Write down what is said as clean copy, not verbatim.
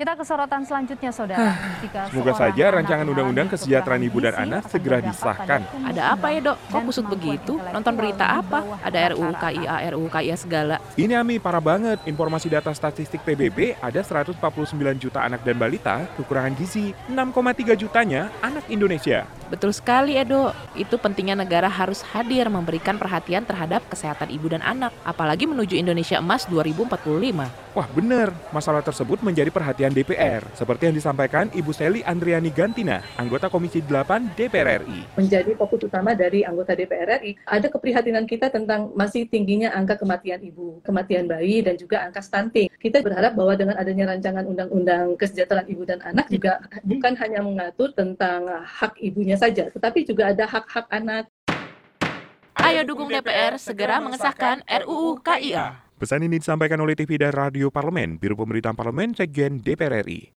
Kita ke sorotan selanjutnya, Saudara. Semoga saja rancangan undang-undang kesejahteraan ibu dan anak segera disahkan. Ada apa ya, Dok? Kok kusut begitu? Nonton berita apa? Ada RUU KIA segala. Ini Ami, parah banget. Informasi data statistik PBB, ada 149 juta anak dan balita kekurangan gizi. 6,3 jutanya anak Indonesia. Betul sekali, Edo. Itu pentingnya negara harus hadir memberikan perhatian terhadap kesehatan ibu dan anak. Apalagi menuju Indonesia Emas 2045. Wah bener, masalah tersebut menjadi perhatian DPR. Seperti yang disampaikan Ibu Seli Andriani Gantina, anggota Komisi 8 DPR RI. Menjadi fokus utama dari anggota DPR RI, ada keprihatinan kita tentang masih tingginya angka kematian ibu, kematian bayi, dan juga angka stunting. Kita berharap bahwa dengan adanya rancangan undang-undang kesejahteraan ibu dan anak juga bukan hanya mengatur tentang hak ibunya saja, tetapi juga ada hak-hak anak. Ayo dukung DPR segera mengesahkan RUU KIA. Pesan ini disampaikan oleh TV dan Radio Parlemen, Biro Pemberitaan Parlemen, Sekjen DPR RI.